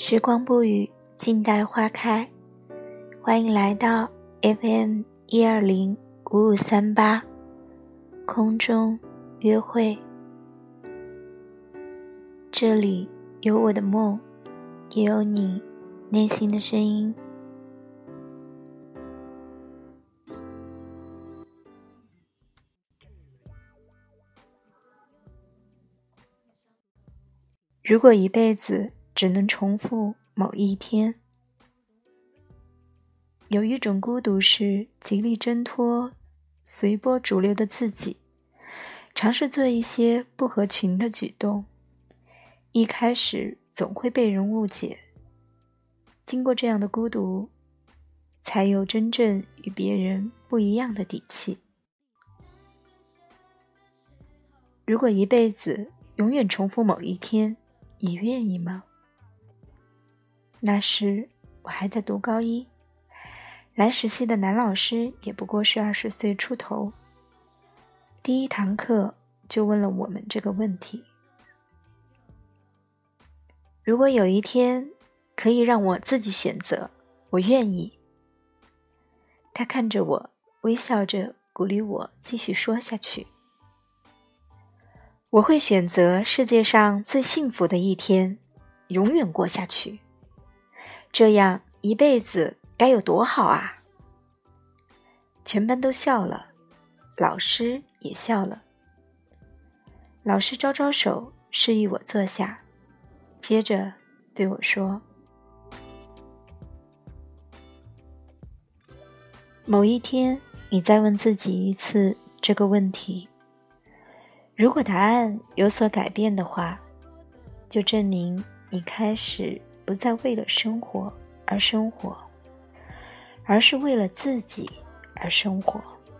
时光不语，静待花开。欢迎来到 FM1205538 空中约会。这里有我的梦，也有你内心的声音。如果一辈子只能重复某一天，有一种孤独是极力挣脱随波逐流的自己，尝试做一些不合群的举动，一开始总会被人误解。经过这样的孤独，才有真正与别人不一样的底气。如果一辈子永远重复某一天，你愿意吗？那时我还在读高一，来实习的男老师也不过是20岁出头。第一堂课就问了我们这个问题：如果有一天可以让我自己选择，我愿意。他看着我，微笑着鼓励我继续说下去。我会选择世界上最幸福的一天，永远过下去。这样一辈子该有多好啊！全班都笑了，老师也笑了。老师招招手，示意我坐下，接着对我说：某一天，你再问自己一次这个问题，如果答案有所改变的话，就证明你开始不再为了生活而生活，而是为了自己而生活。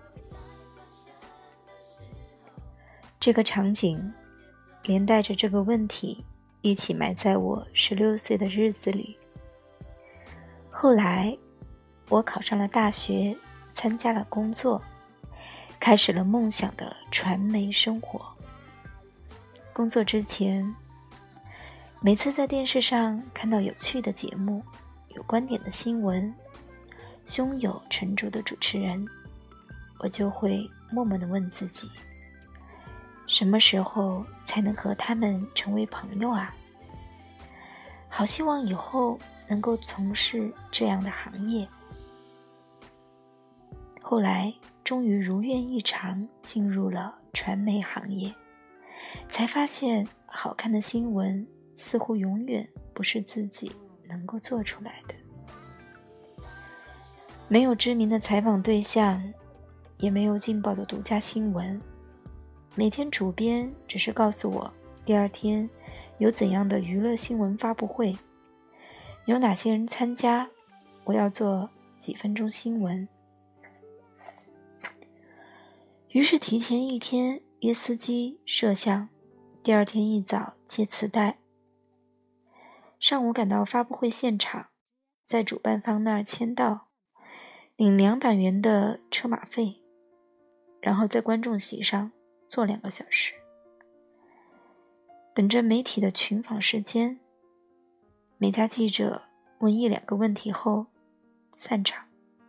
这个场景连带着这个问题一起埋在我16岁的日子里。后来我考上了大学，参加了工作，开始了梦想的传媒生活。工作之前，每次在电视上看到有趣的节目，有观点的新闻，胸有成竹的主持人，我就会默默地问自己，什么时候才能和他们成为朋友啊？好希望以后能够从事这样的行业。后来终于如愿以偿进入了传媒行业，才发现好看的新闻似乎永远不是自己能够做出来的。没有知名的采访对象，也没有劲爆的独家新闻，每天主编只是告诉我第二天有怎样的娱乐新闻发布会，有哪些人参加，我要做几分钟新闻。于是提前一天约司机摄像，第二天一早接磁带。上午赶到发布会现场，在主办方那儿签到，领200元的车马费，然后在观众席上坐2个小时，等着媒体的群访时间。每家记者问1-2个问题后散场，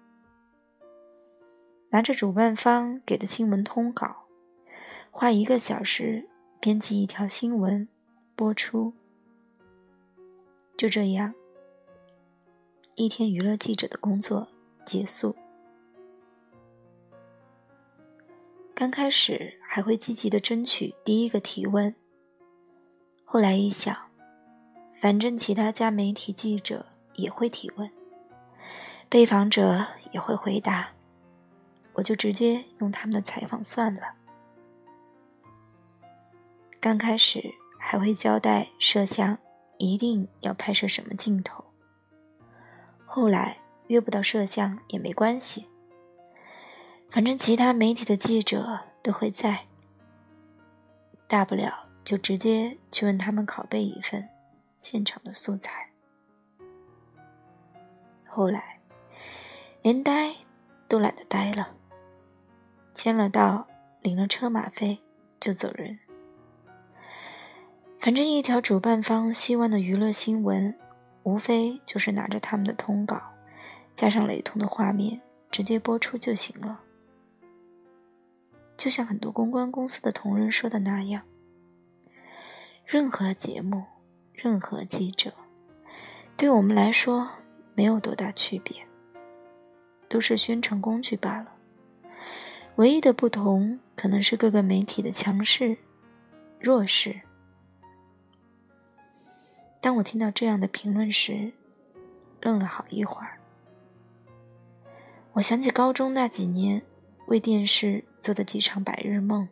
拿着主办方给的新闻通稿，花1个小时编辑一条新闻播出。就这样，一天娱乐记者的工作结束。刚开始还会积极地争取第一个提问，后来一想，反正其他家媒体记者也会提问，被访者也会回答，我就直接用他们的采访算了。刚开始还会交代摄像一定要拍摄什么镜头，后来约不到摄像也没关系，反正其他媒体的记者都会在，大不了就直接去问他们拷贝一份现场的素材。后来连待都懒得待了，签了到，领了车马费就走人。反正一条主办方希望的娱乐新闻， 无非就是拿着他们的通稿，加上雷同的画面，直接播出就行了。就像很多公关公司的同仁说的那样，任何节目，任何记者，对我们来说没有多大区别，都是宣传工具罢了。唯一的不同可能是各个媒体的强势、弱势。当我听到这样的评论时，愣了好一会儿。我想起高中那几年为电视做的几场白日梦，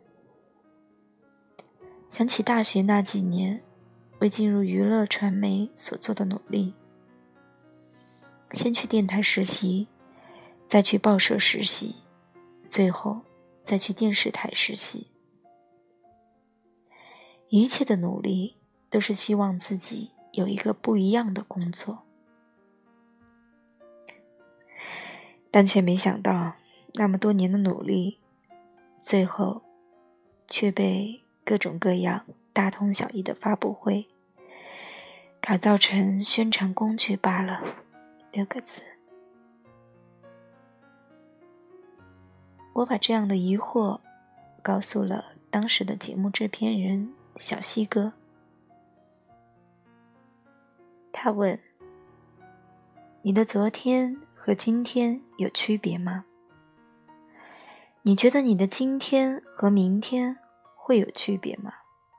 想起大学那几年为进入娱乐传媒所做的努力，先去电台实习，再去报社实习，最后再去电视台实习。一切的努力都是希望自己有一个不一样的工作，但却没想到那么多年的努力，最后却被各种各样大同小异的发布会改造成宣传工具罢了，6个字。我把这样的疑惑告诉了当时的节目制片人小西哥。他问：你的昨天和今天有区别吗？你觉得你的今天和明天会有区别吗？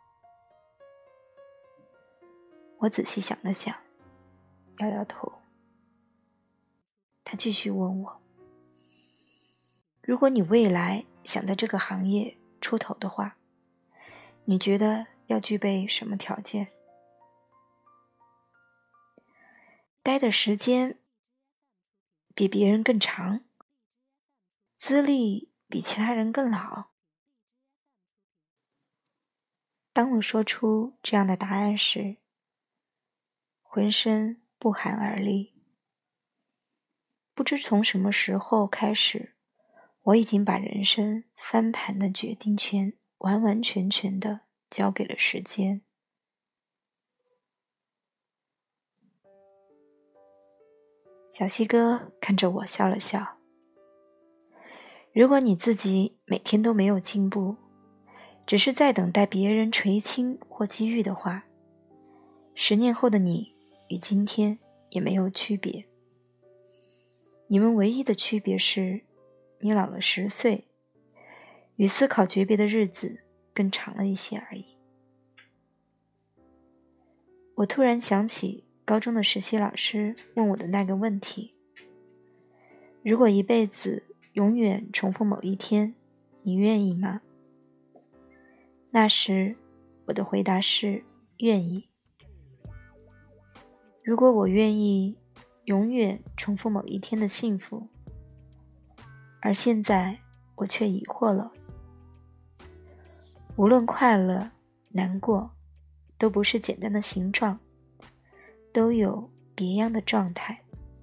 我仔细想了想，摇摇头。他继续问我：如果你未来想在这个行业出头的话，你觉得要具备什么条件？待的时间比别人更长，资历比其他人更老。当我说出这样的答案时，浑身不寒而栗。不知从什么时候开始，我已经把人生翻盘的决定权完完全全的交给了时间。小西哥看着我笑了笑。如果你自己每天都没有进步，只是在等待别人垂青或机遇的话，10年后的你与今天也没有区别。你们唯一的区别是，你老了10岁，与思考诀别的日子更长了一些而已。我突然想起高中的实习老师问我的那个问题：如果一辈子永远重复某一天，你愿意吗？那时我的回答是愿意。如果我愿意永远重复某一天的幸福，而现在我却疑惑了。无论快乐、难过，都不是简单的形状，都有别样的状态。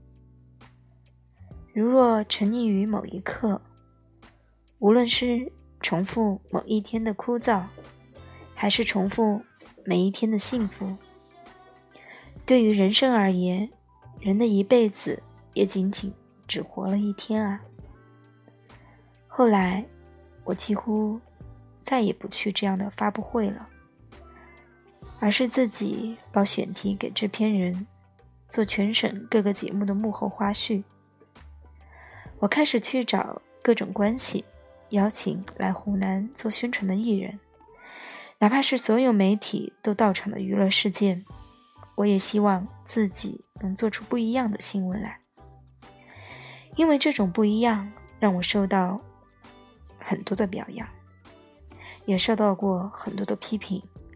如若沉溺于某一刻，无论是重复某一天的枯燥，还是重复每一天的幸福，对于人生而言，人的一辈子也仅仅只活了一天啊。后来我几乎再也不去这样的发布会了，而是自己报选题给制片人，做全省各个节目的幕后花絮。我开始去找各种关系，邀请来湖南做宣传的艺人，哪怕是所有媒体都到场的娱乐事件，我也希望自己能做出不一样的新闻来。因为这种不一样，让我受到很多的表扬，也受到过很多的批评，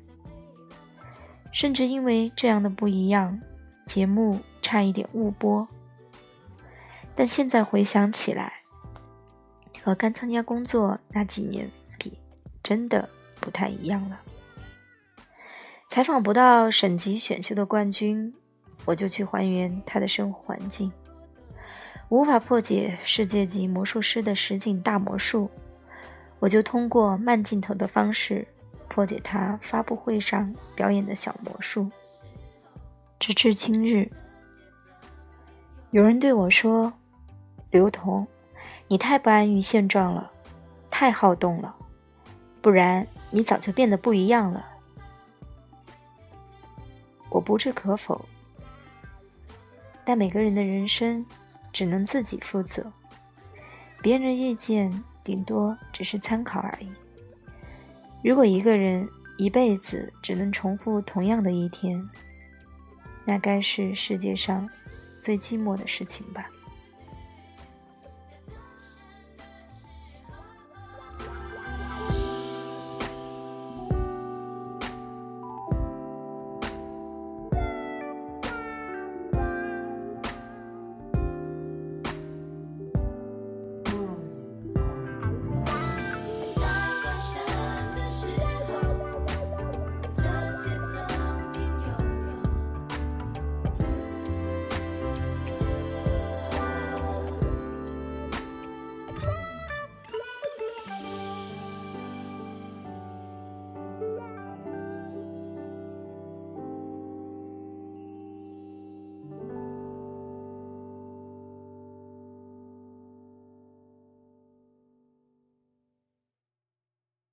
甚至因为这样的不一样，节目差一点误播。但现在回想起来，和刚参加工作那几年比，真的不太一样了。采访不到省级选秀的冠军，我就去还原他的生活环境；无法破解世界级魔术师的实景大魔术，我就通过慢镜头的方式破解他发布会上表演的小魔术。直至今日， 有人对我说，刘同，你太不安于现状了，太好动了，不然你早就变得不一样了。我不置可否，但每个人的人生只能自己负责，别人的意见顶多只是参考而已。如果一个人一辈子只能重复同样的一天，那该是世界上最寂寞的事情吧。